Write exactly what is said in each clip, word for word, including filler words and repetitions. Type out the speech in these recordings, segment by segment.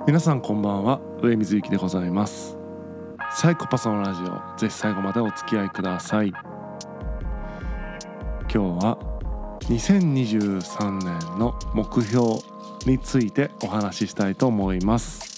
皆さんこんばんは、上水幸でございます。サイコパスのラジオ、ぜひ最後までお付き合いください。今日はにせんにじゅうさんねんの目標についてお話ししたいと思います。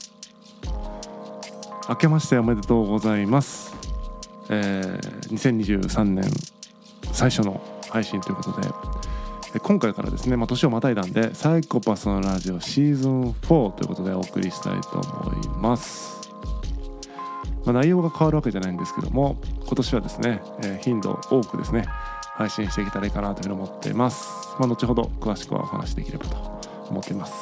明けましておめでとうございます。えー、にせんにじゅうさんねん最初の配信ということで、今回からですね、まあ、年をまたいだんでサイコパスのラジオシーズンフォーということでお送りしたいと思います。まあ、内容が変わるわけじゃないんですけども、今年はですね、えー、頻度多くですね配信していけたらいいかなというふうに思っています。まあ、後ほど詳しくはお話しできればと思っています。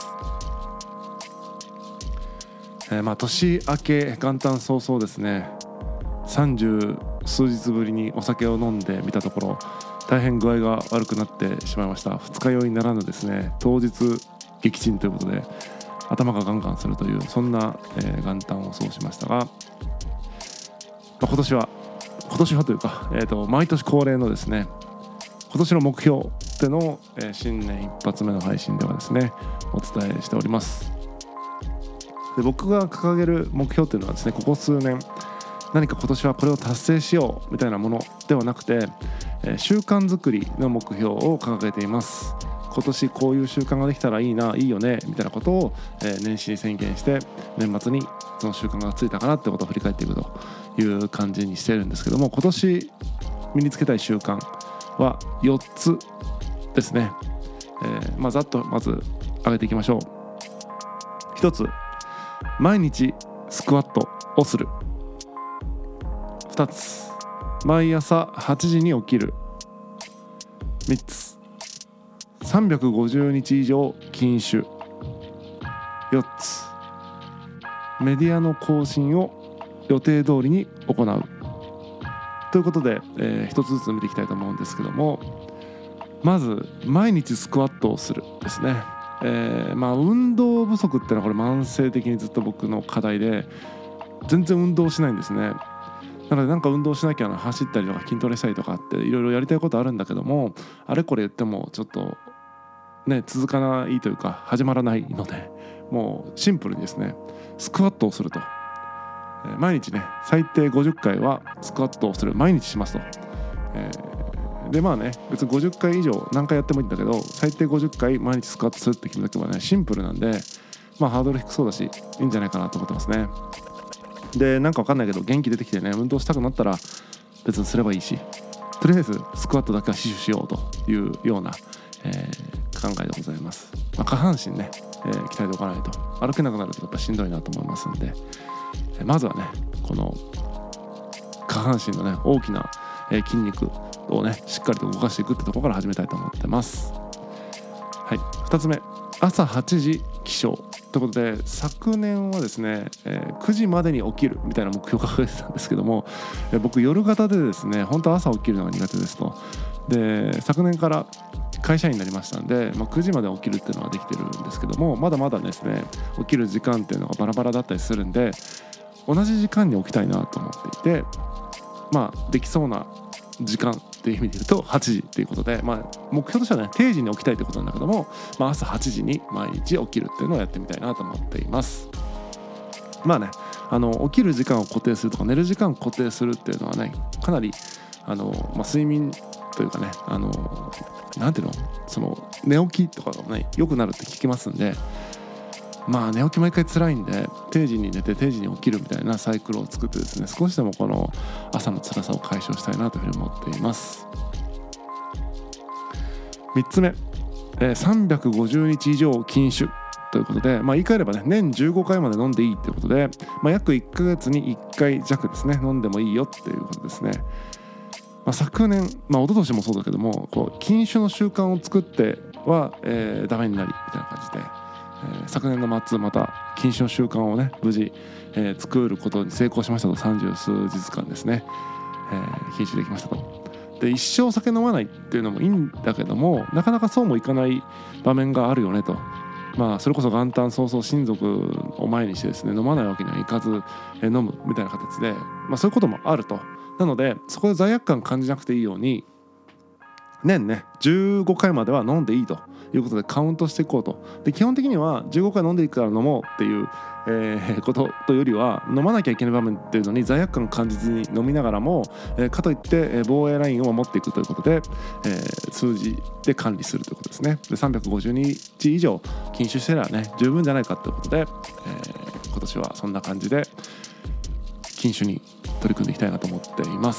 えー、まあ年明け元旦早々ですね、三十数日ぶりにお酒を飲んでみたところ、大変具合が悪くなってしまいました。二日酔いにならぬですね、当日撃沈ということで頭がガンガンするという、そんな、えー、元旦を過ごしましたが、まあ、今年は今年はというか、えーと、毎年恒例のですね、今年の目標ってのを、えー、新年一発目の配信ではですねお伝えしております。で、僕が掲げる目標っていうのはですね、ここ数年何か今年はこれを達成しようみたいなものではなくて、えー、習慣作りの目標を掲げています。今年こういう習慣ができたらいいな、いいよねみたいなことを、えー、年始に宣言して、年末にその習慣がついたかなってことを振り返っていくという感じにしてるんですけども、今年身につけたい習慣はよっつですね。えーまあ、ざっとまず挙げていきましょう。ひとつ、毎日スクワットをする。ふたつ、毎朝はちじに起きる。みっつ、さんびゃくごじゅうにち以上禁酒。よっつ、メディアの更新を予定通りに行うということで、えー、一つずつ見ていきたいと思うんですけども、まず毎日スクワットをするですね。えー、まあ運動不足っていうのはこれ慢性的にずっと僕の課題で、全然運動しないんですね。なのでなんか運動しなきゃな、走ったりとか筋トレしたりとかっていろいろやりたいことあるんだけども、あれこれ言ってもちょっとね続かないというか始まらないので、もうシンプルにですねスクワットをすると、えー、毎日ね最低ごじゅっかいはスクワットをする、毎日しますと、えー、でまあね別にごじゅっかい以上何回やってもいいんだけど、最低ごじゅっかい毎日スクワットするって決めとけばねシンプルなんで、まあハードル低そうだしいいんじゃないかなと思ってますね。で、なんかわかんないけど元気出てきてね、運動したくなったら別にすればいいし、とりあえずスクワットだけは死守しようというような、えー、考えでございます。まあ、下半身ね、えー、鍛えておかないと歩けなくなるとやっぱしんどいなと思いますんで、えー、まずはねこの下半身のね大きな、えー、筋肉をねしっかりと動かしていくってところから始めたいと思ってます。はい、ふたつめ、朝はちじ起床ということで、昨年はですね、えー、くじまでに起きるみたいな目標を掲げてたんですけども、えー、僕夜型でですね、本当は朝起きるのが苦手ですと。で、昨年から会社員になりましたんで、まあ、くじまで起きるっていうのはできてるんですけども、まだまだですね起きる時間っていうのがバラバラだったりするんで、同じ時間に起きたいなと思っていて、まあできそうな時間っていう意味で言うとはちじっていうことで、まあ、目標としてはね定時に起きたいってことなんだけども、まあ、朝はちじに毎日起きるっていうのをやってみたいなと思っています。まあね、あの起きる時間を固定するとか寝る時間を固定するっていうのはね、かなりあの、まあ、睡眠というかね、あのなんていうの、その寝起きとかがね良くなるって聞きますんで、まあ寝起き毎回辛いんで、定時に寝て定時に起きるみたいなサイクルを作ってですね、少しでもこの朝の辛さを解消したいなというふうに思っています。みっつめ、えー、さんびゃくごじゅうにち以上禁酒ということで、まあ、言い換えればね年じゅうごかいまで飲んでいいということで、まあ、約いっかげつにいっかい弱ですね飲んでもいいよっていうことですね。まあ、昨年、まあ、一昨年もそうだけども、こう禁酒の習慣を作っては、えー、ダメになりみたいな感じで、えー、昨年の末また禁酒の習慣をね無事、えー、作ることに成功しましたと。三十数日間ですね、えー、禁酒できましたと。で、一生酒飲まないっていうのもいいんだけども、なかなかそうもいかない場面があるよねと。まあそれこそ元旦早々親族を前にしてですね飲まないわけにはいかず、えー、飲むみたいな形で、まあそういうこともあると。なのでそこで罪悪感感じなくていいように、 年ねじゅうごかいまでは飲んでいいということでカウントしていこうと。で基本的にはじゅうごかい飲んでいいから飲もうっていう、えー、ことというよりは、飲まなきゃいけない場面っていうのに罪悪感感じずに飲みながらも、えー、かといって、えー、防衛ラインを守っていくということで、えー、数字で管理するということですね。でさんびゃくごじゅうにち以上禁酒してればね十分じゃないかということで、えー、今年はそんな感じで禁酒に取り組んでいきたいなと思っています。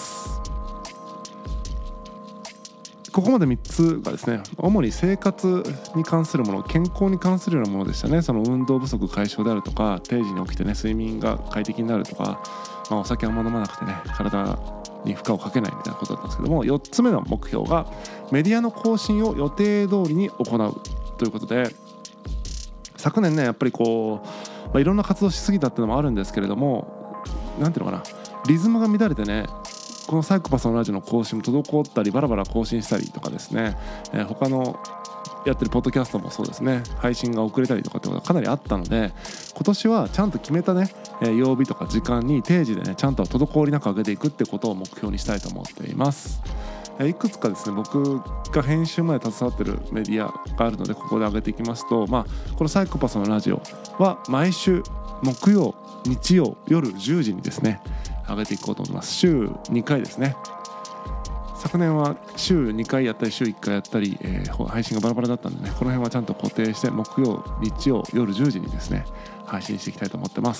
ここまでみっつがですね、主に生活に関するもの、健康に関するようなものでしたね。その運動不足解消であるとか、定時に起きてね睡眠が快適になるとか、まあ、お酒あんま飲まなくてね体に負荷をかけないみたいなことだったんですけども、よっつめの目標がメディアの更新を予定通りに行うということで、昨年ねやっぱりこう、まあ、いろんな活動しすぎたっていうのもあるんですけれども、なんていうのかな、リズムが乱れてね、このサイコパスのラジオの更新も滞ったりバラバラ更新したりとかですね、えー、他のやってるポッドキャストもそうですね、配信が遅れたりとかってことがかなりあったので、今年はちゃんと決めたね、えー、曜日とか時間に定時でねちゃんと滞りなく上げていくってことを目標にしたいと思っています。えー、いくつかですね僕が編集まで携わってるメディアがあるので、ここで上げていきますと、まあ、このサイコパスのラジオは毎週木曜日曜夜じゅうじにですね上げていこうと思います。週にかいですね。昨年は週にかいやったり週いっかいやったり、えー、配信がバラバラだったんでね、この辺はちゃんと固定して木曜日曜夜じゅうじにですね配信していきたいと思ってます。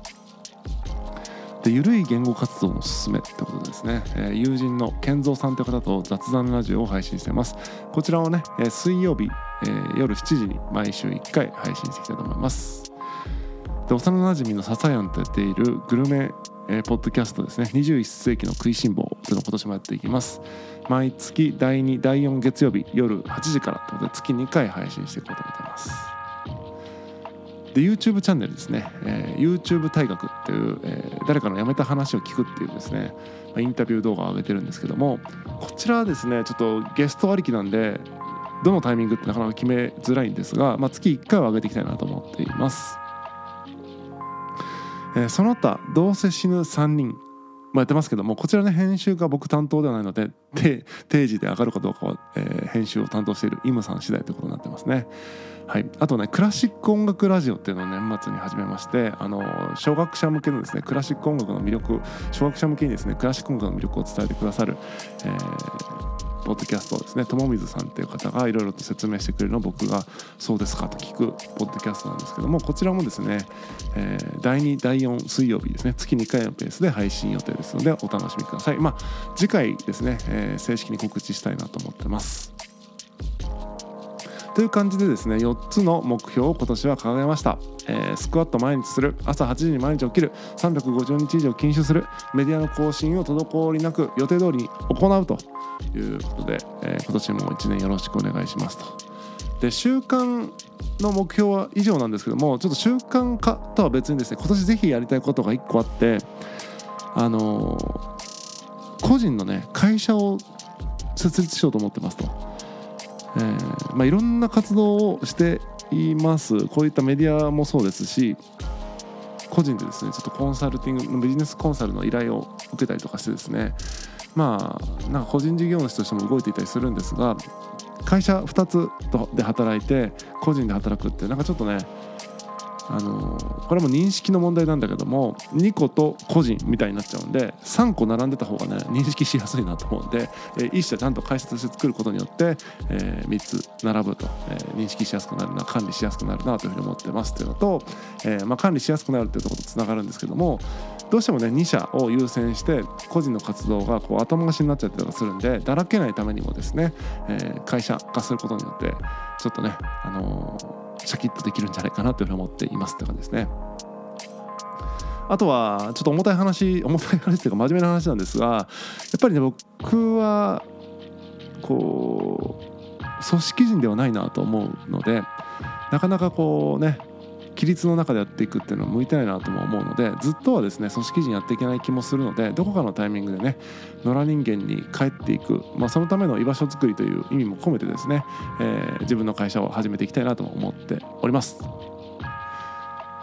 で、ゆるい言語活動のすすめってことですね、えー、友人の健三さんという方と雑談ラジオを配信しています。こちらをね、えー、水曜日、えー、夜しちじに毎週いっかい配信していきたいと思います。で、幼馴染のささやんとやっているグルメえー、ポッドキャストですね、にじゅういっせいきの食いしん坊というのを今年もやっていきます。毎月だいに、だいよん月曜日夜はちじからということで月にかい配信していこうと思っています。で YouTube チャンネルですね、えー、YouTube 大学っていう、えー、誰かの辞めた話を聞くっていうですね、まあ、インタビュー動画を上げてるんですけども、こちらはですねちょっとゲストありきなんでどのタイミングってなかなか決めづらいんですが、まあ、月いっかいは上げていきたいなと思っています。えー、その他どうせ死ぬさんにんもやってますけども、こちらね編集が僕担当ではないので定時で上がるかどうかは、えー、編集を担当しているイムさん次第ということになってますね。はい、あとねクラシック音楽ラジオっていうのを年末に始めまして、あの小学者向けのですねクラシック音楽の魅力、小学者向けにですねクラシック音楽の魅力を伝えてくださる、えーポッドキャストですね、友水さんという方がいろいろと説明してくれるのを僕がそうですかと聞くポッドキャストなんですけども、こちらもですね、えー、だいに、だいよん水曜日ですね、月にかいのペースで配信予定ですのでお楽しみください。まあ次回ですね、えー、正式に告知したいなと思ってます。という感じでですね、よっつの目標を今年は掲げました。えー、スクワット毎日する、朝はちじに毎日起きる、さんびゃくごじゅうにち以上禁酒する、メディアの更新を滞りなく予定通りに行うということで、えー、今年もいちねんよろしくお願いしますと。で、習慣の目標は以上なんですけども、ちょっと習慣化とは別にですね、今年ぜひやりたいことがいっこあって、あのー、個人のね会社を設立しようと思ってますと。えーまあ、いろんな活動をしています。こういったメディアもそうですし、個人でですねちょっとコンサルティングのビジネスコンサルの依頼を受けたりとかしてですね、まあなんか個人事業主としても動いていたりするんですが、会社ふたつで働いて個人で働くってなんかちょっとね、あのー、これも認識の問題なんだけども、にこと個人みたいになっちゃうんで、さんこ並んでた方がね認識しやすいなと思うんで、えー、いっ社ちゃんと会社として作ることによって、えー、みっつ並ぶと、えー、認識しやすくなるな、管理しやすくなるなというふうに思ってますっていうのと、えーまあ、管理しやすくなるっていうところとつながるんですけども、どうしてもねに社を優先して個人の活動がこう後回しになっちゃったりとかするんで、だらけないためにもですね、えー、会社化することによってちょっとね、あのーシャキッとできるんじゃないかなというふうに思っていますって感じですね。あとはちょっと重たい話重たい話というか真面目な話なんですが、やっぱりね僕はこう組織人ではないなと思うので、なかなかこうね規律の中でやっていくっていうのは向いてないなとも思うので、ずっとはですね組織人やっていけない気もするので、どこかのタイミングでね野良人間に帰っていく、まあ、そのための居場所作りという意味も込めてですね、えー、自分の会社を始めていきたいなとも思っております。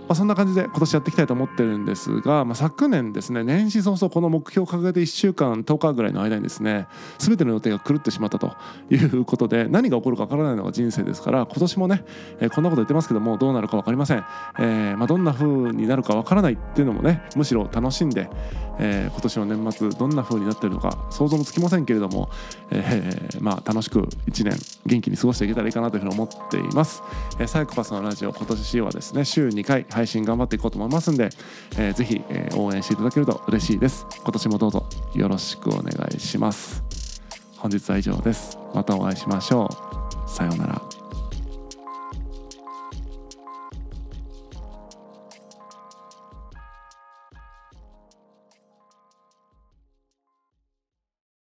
まあ、そんな感じで今年やっていきたいと思ってるんですが、まあ、昨年ですね、年始早々この目標を掲げていっしゅうかんとおかぐらいの間にですね、全ての予定が狂ってしまったということで、何が起こるかわからないのが人生ですから、今年もね、えー、こんなこと言ってますけどもどうなるか分かりません。えーまあ、どんな風になるか分からないっていうのもね、むしろ楽しんで、えー、今年の年末どんな風になっているのか想像もつきませんけれども、えーまあ、楽しくいちねん元気に過ごしていけたらいいかなというふうに思っています。えー、サイコパスのラジオ今年はですね週にかい配信頑張っていこうと思いますんで、えー、ぜひ、えー、応援していただけると嬉しいです。今年もどうぞよろしくお願いします。本日は以上です。またお会いしましょう。さようなら。